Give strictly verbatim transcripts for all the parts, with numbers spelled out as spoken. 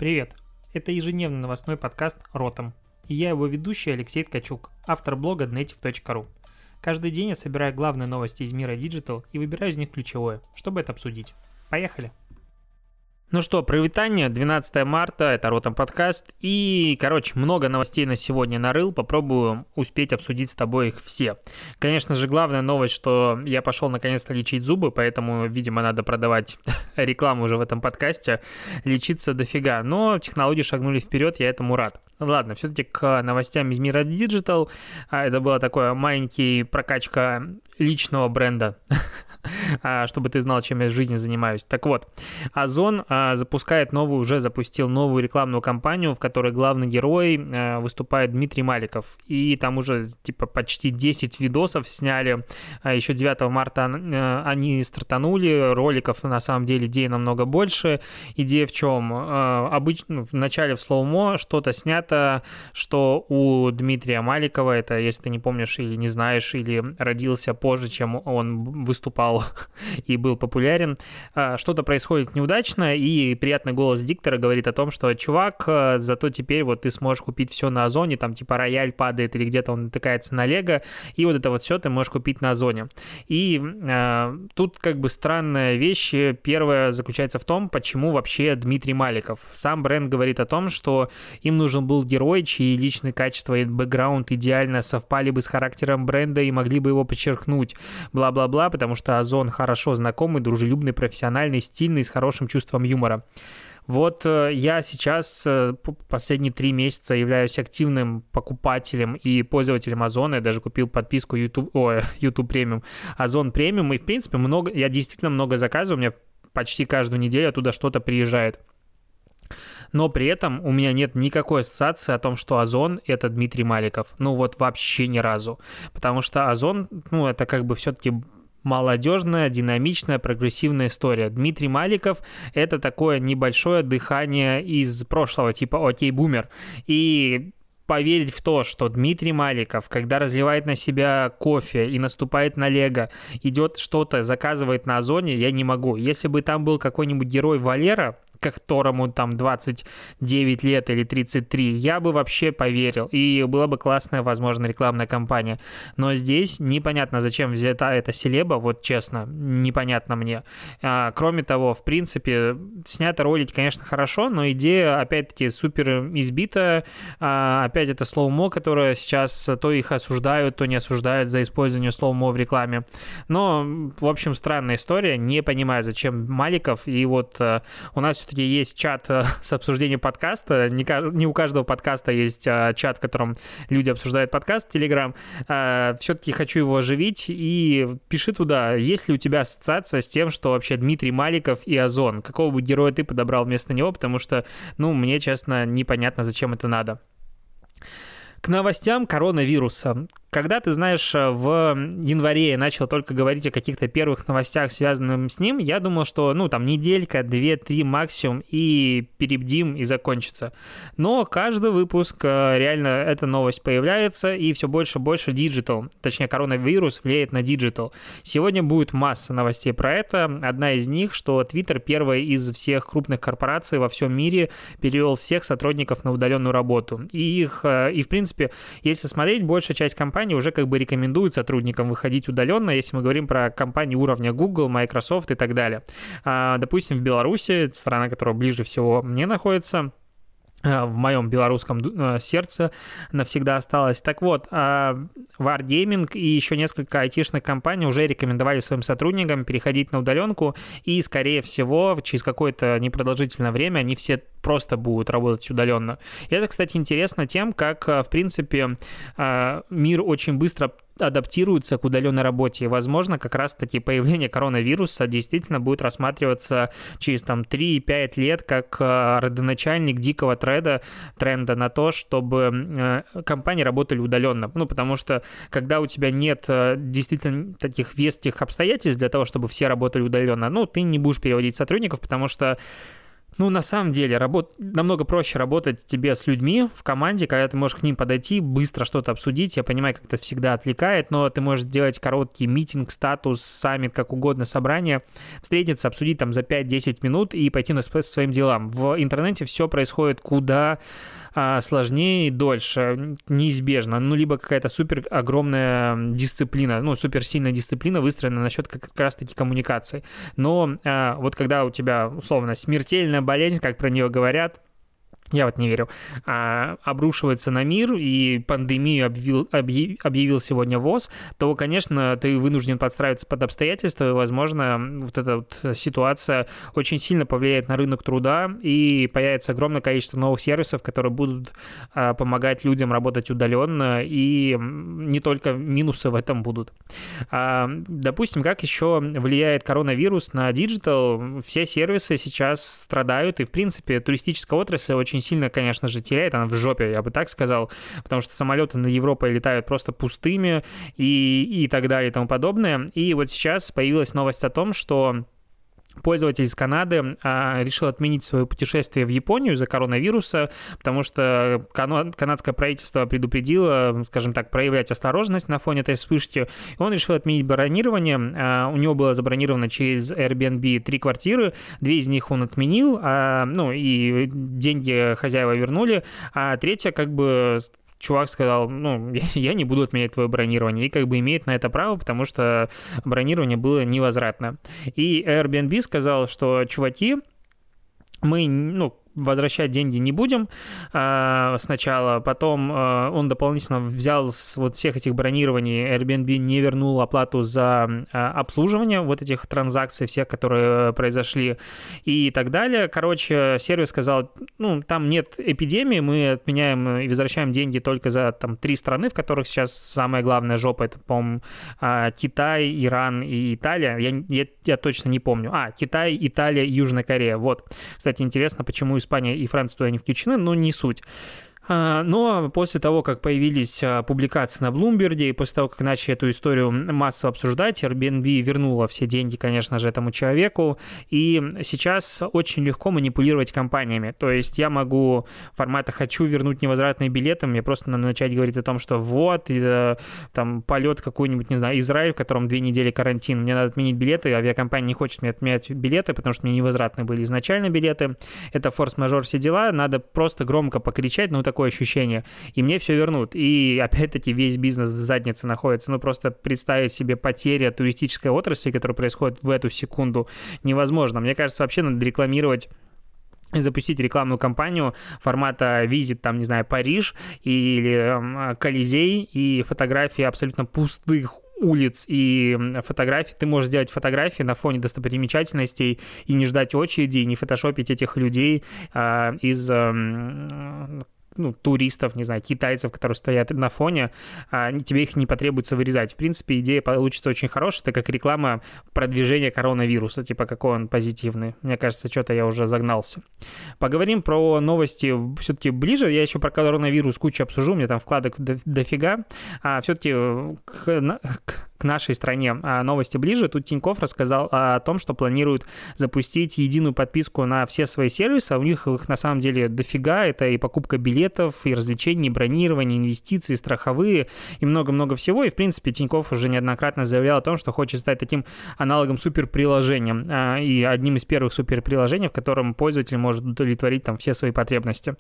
Привет! Это ежедневный новостной подкаст «Ротом». И я его ведущий Алексей Ткачук, автор блога днейтив точка ру. Каждый день я собираю главные новости из мира Digital и выбираю из них ключевое, чтобы это обсудить. Поехали! Ну что, привитание, двенадцатое марта, это Ротом подкаст, и, короче, много новостей на сегодня нарыл, попробую успеть обсудить с тобой их все. Конечно же, главная новость, что я пошел наконец-то лечить зубы, поэтому, видимо, надо продавать рекламу уже в этом подкасте, лечиться дофига, но технологии шагнули вперед, я этому рад. Ладно, все-таки к новостям из мира Digital, это была такая маленькая прокачка личного бренда, чтобы ты знал, чем я в жизни занимаюсь. Так вот, Озон запускает новую, уже запустил новую рекламную кампанию, в которой главный герой выступает Дмитрий Маликов. И там уже типа почти десять видосов сняли. Еще девятого марта они стартанули. Роликов на самом деле идей намного больше. Идея в чем? Обычно в начале в слоумо что-то снято, что у Дмитрия Маликова, это если ты не помнишь или не знаешь, или родился позже, чем он выступал и был популярен, что-то происходит неудачно, и приятный голос диктора говорит о том, что чувак, зато теперь вот ты сможешь купить все на Озоне, там типа рояль падает или где-то он натыкается на лего, и вот это вот все ты можешь купить на Озоне. И э, тут как бы странная вещь. Первая заключается в том, почему вообще Дмитрий Маликов. Сам бренд говорит о том, что им нужен был герой, чьи личные качества и бэкграунд идеально совпали бы с характером бренда и могли бы его подчеркнуть, бла-бла-бла, потому что Озон хорошо знакомый, дружелюбный, профессиональный, стильный, с хорошим чувством юмора. Вот я сейчас последние три месяца являюсь активным покупателем и пользователем Озона. Я даже купил подписку YouTube, о, YouTube Premium, Озон Premium, и в принципе много, я действительно много заказываю, у меня почти каждую неделю оттуда что-то приезжает. Но при этом у меня нет никакой ассоциации о том, что Озон — это Дмитрий Маликов. Ну вот вообще ни разу. Потому что Озон, ну это как бы все-таки молодежная, динамичная, прогрессивная история. Дмитрий Маликов — это такое небольшое дыхание из прошлого, типа «Окей, бумер». И поверить в то, что Дмитрий Маликов, когда разливает на себя кофе и наступает на лего, идет что-то, заказывает на Озоне, я не могу. Если бы там был какой-нибудь герой Валера, которому там двадцать девять лет или тридцать три, я бы вообще поверил, и была бы классная, возможно, рекламная кампания. Но здесь непонятно, зачем взята эта селеба, вот честно, непонятно мне. А, кроме того, в принципе, снято ролик, конечно, хорошо, но идея, опять-таки, супер избита. А, опять это слоумо, которое сейчас то их осуждают, то не осуждают за использование слоумо в рекламе. Но, в общем, странная история, не понимаю, зачем Маликов, и вот а, у нас все есть чат с обсуждением подкаста. Не, не у каждого подкаста есть а, чат, в котором люди обсуждают подкаст в Telegram. А, все-таки хочу его оживить. И пиши туда, есть ли у тебя ассоциация с тем, что вообще Дмитрий Маликов и Озон. Какого бы героя ты подобрал вместо него, потому что, ну, мне, честно, непонятно, зачем это надо. К новостям коронавируса. Когда, ты знаешь, в январе я начал только говорить о каких-то первых новостях, связанных с ним, я думал, что, ну, там, неделька, две-три максимум, и перебдим, и закончится. Но каждый выпуск реально эта новость появляется, и все больше и больше диджитал, точнее, коронавирус влияет на диджитал. Сегодня будет масса новостей про это. Одна из них, что Twitter, первая из всех крупных корпораций во всем мире, перевел всех сотрудников на удаленную работу. И их, и в принципе, если смотреть, большая часть компаний уже как бы рекомендует сотрудникам выходить удаленно, если мы говорим про компании уровня Google, Microsoft и так далее. А, допустим, в Беларуси, страна, которая ближе всего мне находится, в моем белорусском сердце навсегда осталось. Так вот, Wargaming и еще несколько айтишных компаний уже рекомендовали своим сотрудникам переходить на удаленку, и, скорее всего, через какое-то непродолжительное время они все просто будут работать удаленно. И это, кстати, интересно тем, как, в принципе, мир очень быстро адаптируются к удаленной работе. И, возможно, как раз-таки появление коронавируса действительно будет рассматриваться через там три-пять лет как родоначальник дикого тренда, тренда на то, чтобы компании работали удаленно. Ну, потому что, когда у тебя нет действительно таких веских обстоятельств для того, чтобы все работали удаленно, ну, ты не будешь переводить сотрудников, потому что Ну, на самом деле, работ... намного проще работать тебе с людьми в команде, когда ты можешь к ним подойти, быстро что-то обсудить. Я понимаю, как это всегда отвлекает, но ты можешь делать короткий митинг, статус, саммит, как угодно, собрание, встретиться, обсудить там за пять-десять минут и пойти на своим делам. В интернете все происходит куда а, сложнее и дольше, неизбежно. Ну, либо какая-то супер огромная дисциплина, ну, супер сильная дисциплина выстроена насчет как раз-таки коммуникации. Но а, вот когда у тебя, условно, смертельная болезнь, как про нее говорят, я вот не верю, а, обрушивается на мир, и пандемию объявил, объявил, объявил сегодня ВОЗ, то, конечно, ты вынужден подстраиваться под обстоятельства, и, возможно, вот эта вот ситуация очень сильно повлияет на рынок труда, и появится огромное количество новых сервисов, которые будут а, помогать людям работать удаленно, и не только минусы в этом будут. А, допустим, как еще влияет коронавирус на диджитал? Все сервисы сейчас страдают, и, в принципе, туристическая отрасль очень сильно, конечно же, теряет, она в жопе, я бы так сказал, потому что самолеты над Европой летают просто пустыми и, и так далее и тому подобное. И вот сейчас появилась новость о том, что пользователь из Канады а, решил отменить свое путешествие в Японию из-за коронавируса, потому что кано- канадское правительство предупредило, скажем так, проявлять осторожность на фоне этой вспышки, и он решил отменить бронирование. А, у него было забронировано через Airbnb три квартиры, две из них он отменил, а, ну и деньги хозяева вернули, а третья как бы... Чувак сказал, ну, я не буду отменять твое бронирование, и как бы имеет на это право, потому что бронирование было невозвратно. И Airbnb сказал, что, чуваки, мы, ну, возвращать деньги не будем а, сначала, потом а, он дополнительно взял с вот всех этих бронирований, Airbnb не вернул оплату за а, обслуживание вот этих транзакций всех, которые произошли и так далее. Короче, сервис сказал, ну, там нет эпидемии, мы отменяем и возвращаем деньги только за там три страны, в которых сейчас самая главная жопа, это, по-моему, а, Китай, Иран и Италия. Я, я, я точно не помню. А, Китай, Италия и Южная Корея. Вот. Кстати, интересно, почему Испания и Франция туда не включены, но не суть. Но после того, как появились публикации на Блумберге, и после того, как начали эту историю массово обсуждать, Airbnb вернула все деньги, конечно же, этому человеку, и сейчас очень легко манипулировать компаниями. То есть я могу формата «хочу вернуть невозвратные билеты», мне просто надо начать говорить о том, что вот, и, там, полет какой-нибудь, не знаю, Израиль, в котором две недели карантин, мне надо отменить билеты, авиакомпания не хочет мне отменять билеты, потому что мне невозвратные были изначально билеты, это форс-мажор, все дела, надо просто громко покричать, ну, такое ощущение, и мне все вернут. И опять-таки весь бизнес в заднице находится. Ну, просто представить себе потеря туристической отрасли, которая происходит в эту секунду, невозможно. Мне кажется, вообще надо рекламировать запустить рекламную кампанию формата «Визит», там, не знаю, Париж или Колизей, и фотографии абсолютно пустых улиц и фотографий. Ты можешь сделать фотографии на фоне достопримечательностей и не ждать очереди, и не фотошопить этих людей а, из... А, ну, туристов, не знаю, китайцев, которые стоят на фоне, а тебе их не потребуется вырезать. В принципе, идея получится очень хорошая, это как реклама продвижения коронавируса, типа какой он позитивный. Мне кажется, что-то я уже загнался. Поговорим про новости все-таки ближе. Я еще про коронавирус кучу обсужу, у меня там вкладок дофига. А все-таки к, к нашей стране новости ближе. Тут Тинькофф рассказал о том, что планируют запустить единую подписку на все свои сервисы. У них их на самом деле дофига. Это и покупка билетов, и развлечений, и бронирование, инвестиции, страховые и много-много всего. И, в принципе, Тинькофф уже неоднократно заявлял о том, что хочет стать таким аналогом суперприложением и одним из первых суперприложений, в котором пользователь может удовлетворить там все свои потребности.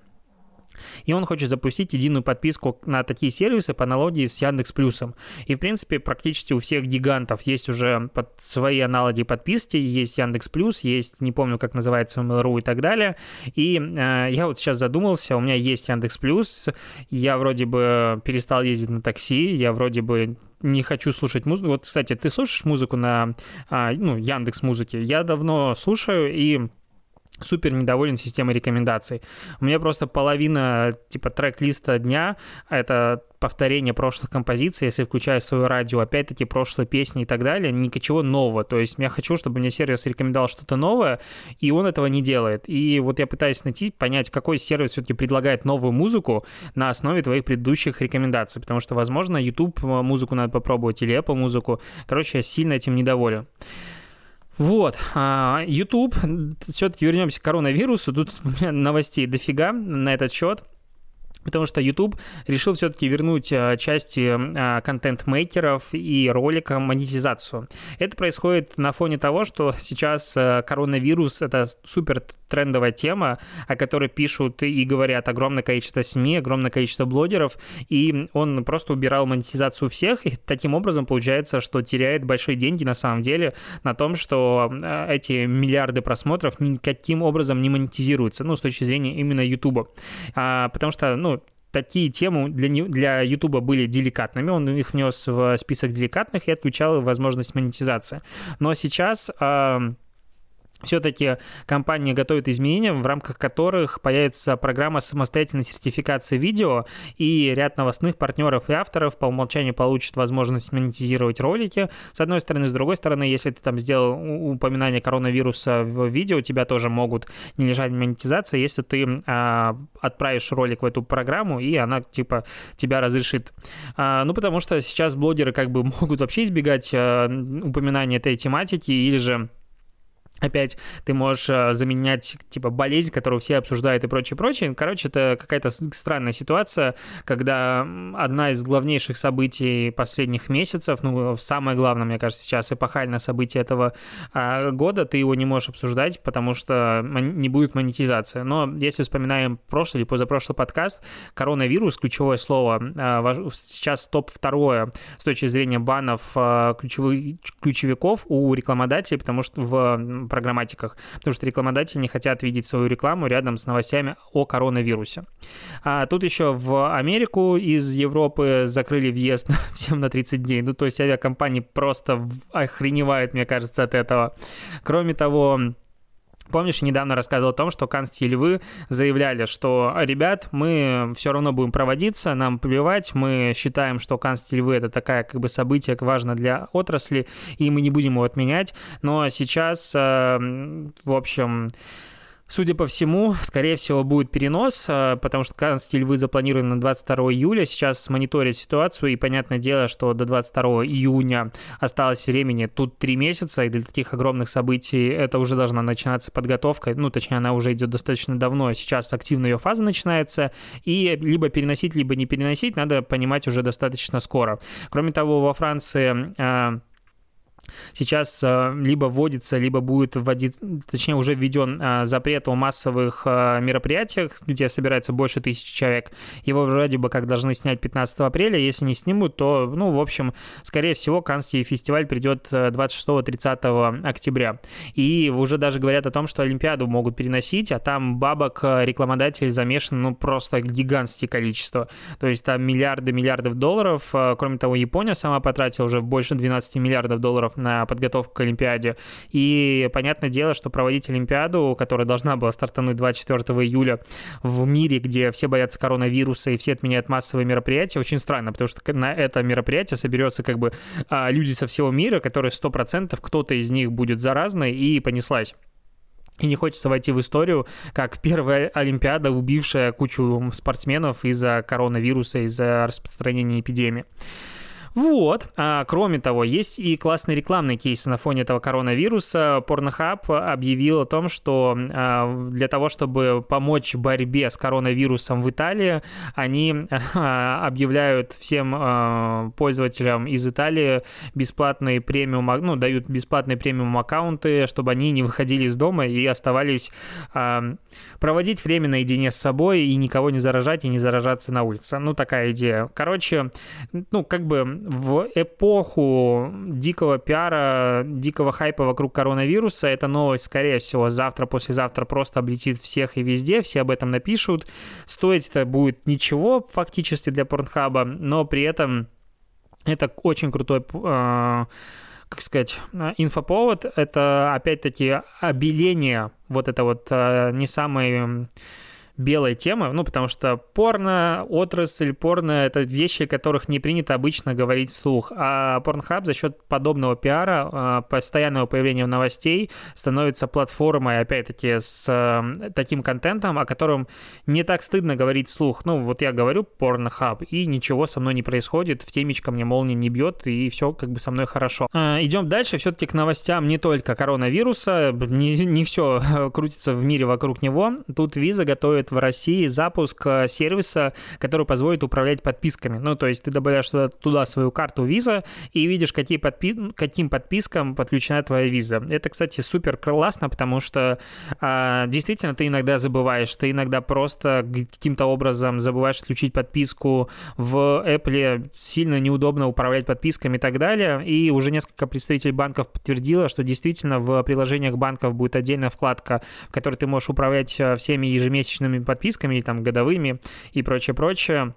И он хочет запустить единую подписку на такие сервисы по аналогии с Яндекс.Плюсом. И, в принципе, практически у всех гигантов есть уже под свои аналоги подписки. Есть Яндекс.Плюс, есть, не помню, как называется, Mail.ru и так далее. И э, я вот сейчас задумался, у меня есть Яндекс.Плюс, я вроде бы перестал ездить на такси, я вроде бы не хочу слушать музыку. Вот, кстати, ты слушаешь музыку на а, ну, Яндекс.Музыке? Я давно слушаю и супер недоволен системой рекомендаций. У меня просто половина типа трек-листа дня — это повторение прошлых композиций, если включаю свое радио, опять-таки прошлые песни и так далее, ничего нового. То есть я хочу, чтобы мне сервис рекомендовал что-то новое, и он этого не делает. И вот я пытаюсь найти, понять, какой сервис все-таки предлагает новую музыку на основе твоих предыдущих рекомендаций, потому что, возможно, YouTube музыку надо попробовать или Apple музыку. Короче, я сильно этим недоволен. Вот, YouTube, все-таки вернемся к коронавирусу, тут новостей дофига на этот счет. Потому что YouTube решил все-таки вернуть части контент-мейкеров и роликам монетизацию. Это происходит на фоне того, что сейчас коронавирус — это супер трендовая тема, о которой пишут и говорят огромное количество СМИ, огромное количество блогеров, и он просто убирал монетизацию всех, и таким образом получается, что теряет большие деньги на самом деле на том, что эти миллиарды просмотров никаким образом не монетизируются, ну, с точки зрения именно YouTube. А, потому что, ну, такие темы для, для YouTube были деликатными, он их внес в список деликатных и отключал возможность монетизации. Но сейчас э, все-таки компания готовит изменения, в рамках которых появится программа самостоятельной сертификации видео, и ряд новостных партнеров и авторов по умолчанию получат возможность монетизировать ролики, с одной стороны. С другой стороны, если ты там сделал упоминание коронавируса в видео, тебя тоже могут не лежать монетизация, если ты а, отправишь ролик в эту программу, и она типа тебя разрешит. А, ну, потому что сейчас блогеры как бы могут вообще избегать а, упоминания этой тематики, или же опять ты можешь заменять, типа, болезнь, которую все обсуждают и прочее, прочее. Короче, это какая-то странная ситуация, когда одна из главнейших событий последних месяцев, ну, самое главное, мне кажется, сейчас эпохальное событие этого а, года, ты его не можешь обсуждать, потому что не будет монетизации. Но если вспоминаем прошлый или позапрошлый подкаст, коронавирус, ключевое слово, а, сейчас топ второе с точки зрения банов а, ключевых, ключевиков у рекламодателей, потому что в программатиках, потому что рекламодатели не хотят видеть свою рекламу рядом с новостями о коронавирусе. А тут еще в Америку из Европы закрыли въезд всем на тридцать дней. Ну, то есть авиакомпании просто охреневают, мне кажется, от этого. Кроме того, помнишь, недавно рассказывал о том, что канские львы заявляли, что, ребят, мы все равно будем проводиться, нам плевать, мы считаем, что канские львы — это такая как бы событие важно для отрасли, и мы не будем его отменять. Но сейчас, в общем... Судя по всему, скорее всего, будет перенос, потому что канские львы запланированы на двадцать второго июля. Сейчас мониторят ситуацию, и понятное дело, что до двадцать второго июня осталось времени тут три месяца, и для таких огромных событий это уже должна начинаться подготовка. Ну, точнее, она уже идет достаточно давно, сейчас активно ее фаза начинается, и либо переносить, либо не переносить надо понимать уже достаточно скоро. Кроме того, во Франции... Сейчас либо вводится, либо будет вводить, точнее, уже введен запрет о массовых мероприятиях, где собирается больше тысячи человек. Его вроде бы как должны снять пятнадцатого апреля. Если не снимут, то, ну, в общем, скорее всего, Каннский фестиваль придет двадцать шестого-тридцатого октября. И уже даже говорят о том, что Олимпиаду могут переносить, а там бабок рекламодателей замешано, ну, просто гигантское количество. То есть там миллиарды миллиардов долларов. Кроме того, Япония сама потратила уже больше двенадцать миллиардов долларов на подготовку к Олимпиаде. И понятное дело, что проводить Олимпиаду, которая должна была стартануть двадцать четвёртого июля в мире, где все боятся коронавируса и все отменяют массовые мероприятия, очень странно, потому что на это мероприятие соберется как бы люди со всего мира, которые сто процентов кто-то из них будет заразный, и понеслась. И не хочется войти в историю как первая Олимпиада, убившая кучу спортсменов из-за коронавируса, из-за распространения эпидемии. Вот. А, кроме того, есть и классные рекламные кейсы на фоне этого коронавируса. Pornhub объявил о том, что а, для того, чтобы помочь в борьбе с коронавирусом в Италии, они а, объявляют всем а, пользователям из Италии бесплатные премиум, ну, дают бесплатные премиум аккаунты, чтобы они не выходили из дома и оставались а, проводить время наедине с собой и никого не заражать и не заражаться на улице. Ну, такая идея. Короче, ну, как бы в эпоху дикого пиара, дикого хайпа вокруг коронавируса эта новость, скорее всего, завтра-послезавтра просто облетит всех и везде, все об этом напишут. Стоить это будет ничего фактически для Pornhub, но при этом это очень крутой, э, как сказать, инфоповод. Это, опять-таки, обеление вот это вот э, не самой белой темы, ну, потому что порно, отрасль, порно — это вещи, о которых не принято обычно говорить вслух, а Pornhub за счет подобного пиара, постоянного появления новостей становится платформой, опять-таки, с таким контентом, о котором не так стыдно говорить вслух. Ну, вот я говорю Pornhub, и ничего со мной не происходит, в темечко мне молния не бьет, и все как бы со мной хорошо. Идем дальше, все-таки к новостям не только коронавируса, не, не все крутится в мире вокруг него. Тут Visa готовит в России запуск сервиса, который позволит управлять подписками. Ну, то есть ты добавляешь туда, туда свою карту Visa и видишь, какие подпи- каким подпискам подключена твоя Visa. Это, кстати, супер классно, потому что а, действительно ты иногда забываешь, ты иногда просто каким-то образом забываешь отключить подписку. В Apple сильно неудобно управлять подписками и так далее. И уже несколько представителей банков подтвердило, что действительно в приложениях банков будет отдельная вкладка, в которой ты можешь управлять всеми ежемесячными подписками, там, годовыми и прочее-прочее.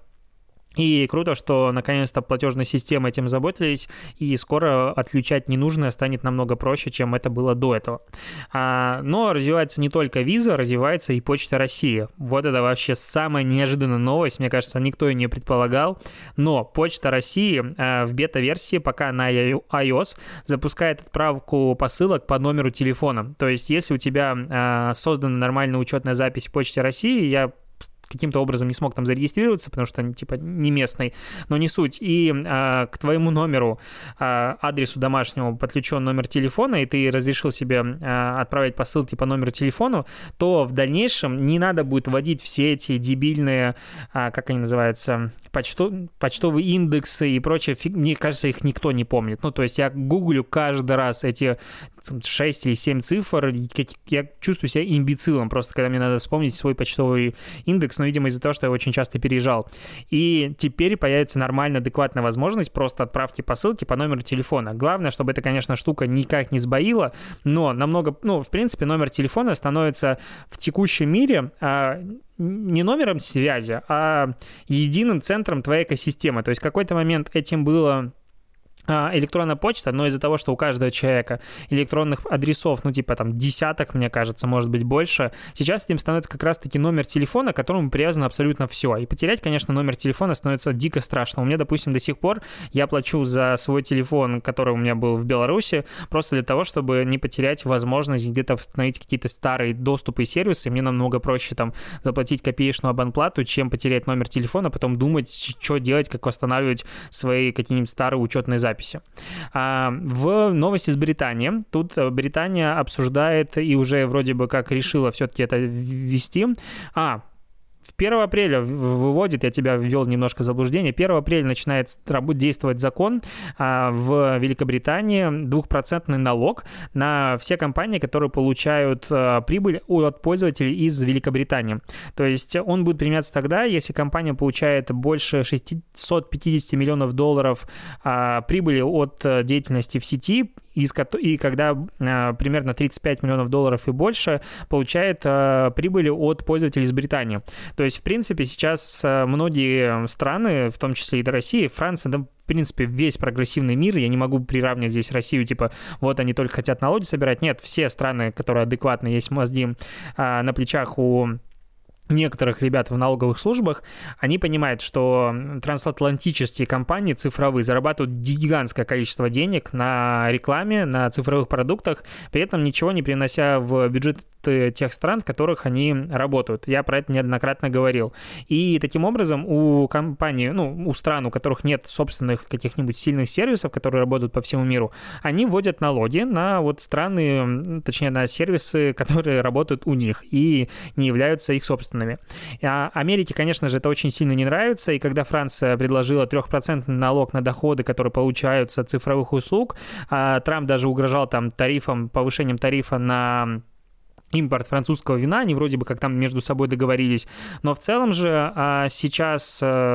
И круто, что наконец-то платежные системы этим заботились, и скоро отключать ненужное станет намного проще, чем это было до этого. А, но развивается не только Visa, развивается и Почта России. Вот это вообще самая неожиданная новость, мне кажется, никто ее не предполагал. Но Почта России а, в бета-версии, пока на iOS, запускает отправку посылок по номеру телефона. То есть, если у тебя а, создана нормальная учетная запись в Почте России, я каким-то образом не смог там зарегистрироваться, потому что, типа, не местный, но не суть. И а, к твоему номеру, а, адресу домашнему подключен номер телефона, и ты разрешил себе а, отправлять посылки по номеру телефона, то в дальнейшем не надо будет вводить все эти дебильные, а, как они называются, почто, почтовые индексы и прочее. Мне кажется, их никто не помнит. Ну, то есть я гуглю каждый раз эти шесть или семь цифр, я чувствую себя имбецилом просто, когда мне надо вспомнить свой почтовый индекс, но, видимо, из-за того, что я очень часто переезжал. И теперь появится нормальная, адекватная возможность просто отправки посылки по номеру телефона. Главное, чтобы эта, конечно, штука никак не сбоила, но намного, ну, в принципе, номер телефона становится в текущем мире а, не номером связи, а единым центром твоей экосистемы. То есть в какой-то момент этим было электронная почта, но из-за того, что у каждого человека электронных адресов, ну, типа там десяток, мне кажется, может быть больше, сейчас этим становится как раз-таки номер телефона, к которому привязано абсолютно все. И потерять, конечно, номер телефона становится дико страшно. У меня, допустим, до сих пор я плачу за свой телефон, который у меня был в Беларуси, просто для того, чтобы не потерять возможность где-то восстановить какие-то старые доступы и сервисы. Мне намного проще там заплатить копеечную абонплату, чем потерять номер телефона, потом думать, что делать, как восстанавливать свои какие-нибудь старые учетные записи. В новости из Британии. Тут Британия обсуждает и уже вроде бы как решила все-таки это ввести. А, первого апреля выводит, я тебя ввел немножко в заблуждение, первого апреля начинает действовать закон а, в Великобритании, двухпроцентный налог на все компании, которые получают а, прибыль от пользователей из Великобритании. То есть он будет применяться тогда, если компания получает больше шестьсот пятьдесят миллионов долларов а, прибыли от а, деятельности в сети, из, и когда а, примерно тридцать пять миллионов долларов и больше получает а, прибыли от пользователей из Британии. То есть, в принципе, сейчас многие страны, в том числе и до России, Франция, да, в принципе, весь прогрессивный мир, я не могу приравнивать здесь Россию, типа, вот они только хотят налоги собирать. Нет, все страны, которые адекватны, есть мозги а, на плечах у некоторых ребят в налоговых службах, они понимают, что трансатлантические компании цифровые зарабатывают гигантское количество денег на рекламе, на цифровых продуктах, при этом ничего не принося в бюджет тех стран, в которых они работают. Я про это неоднократно говорил. И таким образом у компаний, ну, у стран, у которых нет собственных каких-нибудь сильных сервисов, которые работают по всему миру, они вводят налоги на вот страны, точнее, на сервисы, которые работают у них и не являются их собственными. А Америке, конечно же, это очень сильно не нравится, и когда Франция предложила трехпроцентный налог на доходы, которые получаются от цифровых услуг, Трамп даже угрожал там тарифом, повышением тарифа на импорт французского вина, они вроде бы как там между собой договорились, но в целом же а, сейчас а,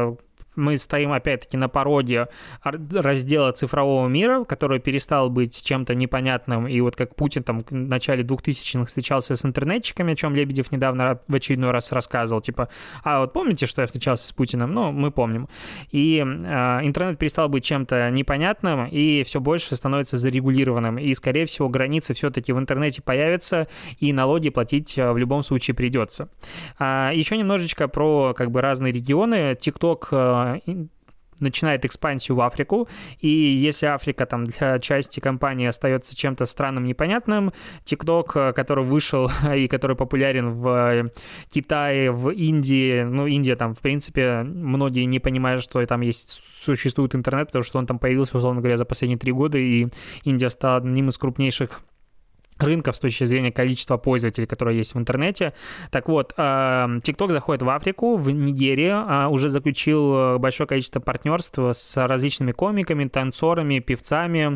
мы стоим опять-таки на пороге раздела цифрового мира, который перестал быть чем-то непонятным, и вот как Путин там в начале двухтысячных встречался с интернетчиками, о чем Лебедев недавно в очередной раз рассказывал, типа, а вот помните, что я встречался с Путиным? Ну, мы помним. И э, интернет перестал быть чем-то непонятным, и все больше становится зарегулированным, и, скорее всего, границы все-таки в интернете появятся, и налоги платить в любом случае придется. А еще немножечко про как бы разные регионы. TikTok начинает экспансию в Африку, и если Африка там для части компании остается чем-то странным, непонятным, TikTok, который вышел и который популярен в Китае, в Индии, ну, Индия там, в принципе, многие не понимают, что там есть, существует интернет, потому что он там появился, условно говоря, за последние три года, и Индия стала одним из крупнейших рынков с точки зрения количества пользователей, которые есть в интернете. Так вот, TikTok заходит в Африку, в Нигерию, уже заключил большое количество партнерств с различными комиками, танцорами, певцами,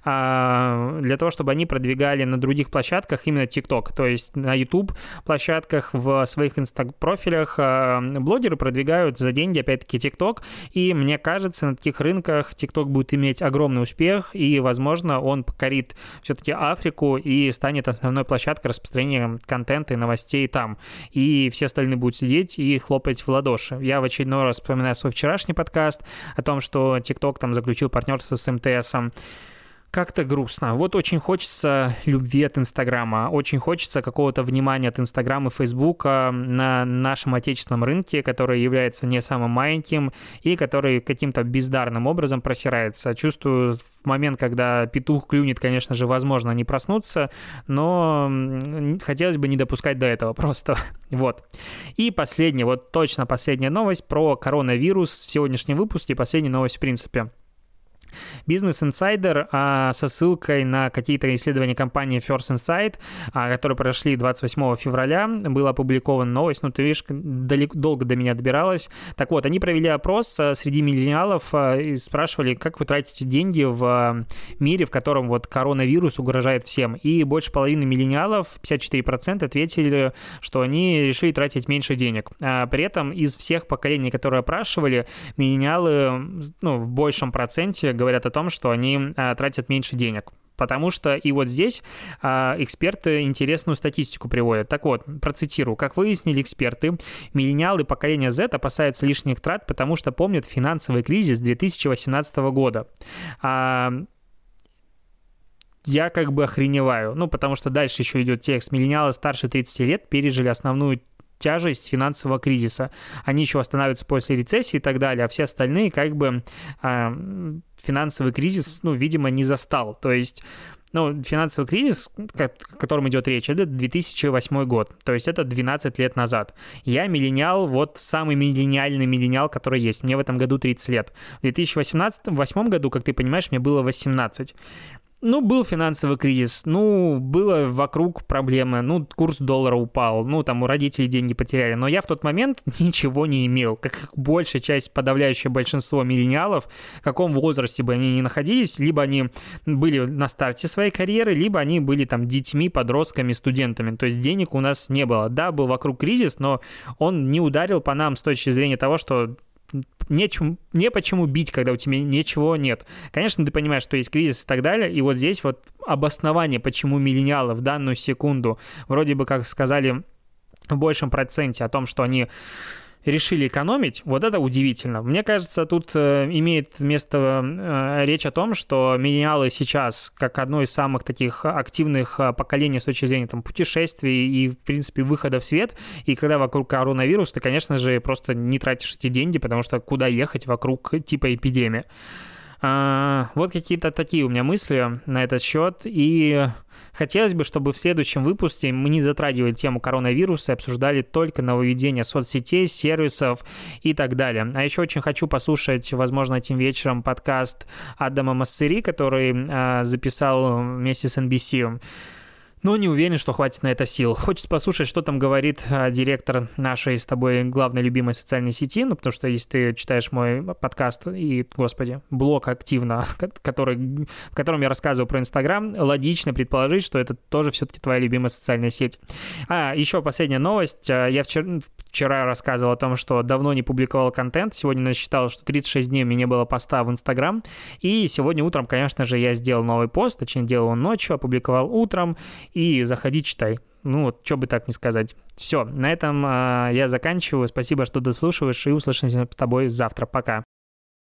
для того, чтобы они продвигали на других площадках именно TikTok, то есть на YouTube-площадках, в своих инстаг-профилях блогеры продвигают за деньги, опять-таки, TikTok, и мне кажется, на таких рынках TikTok будет иметь огромный успех, и, возможно, он покорит все-таки Африку и станет основной площадкой распространения контента и новостей там. И все остальные будут сидеть и хлопать в ладоши. Я в очередной раз вспоминаю свой вчерашний подкаст о том, что TikTok там заключил партнерство с эм тэ эсом. Как-то грустно. Вот очень хочется любви от Инстаграма, очень хочется какого-то внимания от Инстаграма и Фейсбука на нашем отечественном рынке, который является не самым маленьким и который каким-то бездарным образом просирается. Чувствую, в момент, когда петух клюнет, конечно же, возможно, не проснуться, но хотелось бы не допускать до этого просто. Вот. И последняя, вот точно последняя новость про коронавирус в сегодняшнем выпуске, последняя новость в принципе. Business Insider а, со ссылкой на какие-то исследования компании First Insight, а, которые прошли двадцать восьмого февраля, была опубликована новость, ну ты видишь, далеко, долго до меня добиралась. Так вот, они провели опрос а, среди миллениалов а, и спрашивали, как вы тратите деньги в а, мире, в котором вот коронавирус угрожает всем. И больше половины миллениалов, пятьдесят четыре процента, ответили, что они решили тратить меньше денег. А, при этом из всех поколений, которые опрашивали, миллениалы, ну, в большем проценте говорят о том, что они а, тратят меньше денег. Потому что и вот здесь а, эксперты интересную статистику приводят. Так вот, процитирую. Как выяснили эксперты, миллениалы поколения Z опасаются лишних трат, потому что помнят финансовый кризис две тысячи восемнадцатого года. А, я как бы охреневаю. Ну, потому что дальше еще идет текст. Миллениалы старше тридцати лет пережили основную тяжесть финансового кризиса. Они еще восстанавливаются после рецессии и так далее, а все остальные как бы э, финансовый кризис, ну, видимо, не застал. То есть, ну, финансовый кризис, о котором идет речь, это две тысячи восьмой год, то есть это двенадцать лет назад. Я миллениал, вот самый миллениальный миллениал, который есть. Мне в этом году тридцать лет. В две тысячи восьмом году, как ты понимаешь, мне было восемнадцать. Ну, был финансовый кризис, ну, было вокруг проблемы, ну, курс доллара упал, ну, там у родителей деньги потеряли, но я в тот момент ничего не имел, как большая часть, подавляющее большинство миллениалов, в каком возрасте бы они ни находились, либо они были на старте своей карьеры, либо они были там детьми, подростками, студентами, то есть денег у нас не было. Да, был вокруг кризис, но он не ударил по нам с точки зрения того, что Нечем, не почему бить, когда у тебя ничего нет. Конечно, ты понимаешь, что есть кризис и так далее, и вот здесь вот обоснование, почему миллениалы в данную секунду вроде бы, как сказали, в большем проценте о том, что они решили экономить, вот это удивительно. Мне кажется, тут э, имеет место э, речь о том, что миллениалы сейчас, как одно из самых таких активных э, поколений с точки зрения там, путешествий и, в принципе, выхода в свет, и когда вокруг коронавирус, ты, конечно же, просто не тратишь эти деньги, потому что куда ехать вокруг типа эпидемии. А, вот какие-то такие у меня мысли на этот счет, и хотелось бы, чтобы в следующем выпуске мы не затрагивали тему коронавируса, обсуждали только нововведения соцсетей, сервисов и так далее. А еще очень хочу послушать, возможно, этим вечером подкаст Адама Моссери, который а, записал вместе с эн би си. Но не уверен, что хватит на это сил. Хочется послушать, что там говорит а, директор нашей с тобой главной любимой социальной сети, ну, потому что если ты читаешь мой подкаст и, господи, блог активно, который, в котором я рассказываю про Инстаграм, логично предположить, что это тоже все-таки твоя любимая социальная сеть. А, еще последняя новость. Я вчера, Вчера я рассказывал о том, что давно не публиковал контент. Сегодня насчитал, что тридцать шесть дней у меня не было поста в Инстаграм. И сегодня утром, конечно же, я сделал новый пост, точнее, делал его ночью, опубликовал утром. И заходи, читай. Ну вот, что бы так не сказать. Все, на этом э, я заканчиваю. Спасибо, что дослушиваешь, и услышимся с тобой завтра. Пока.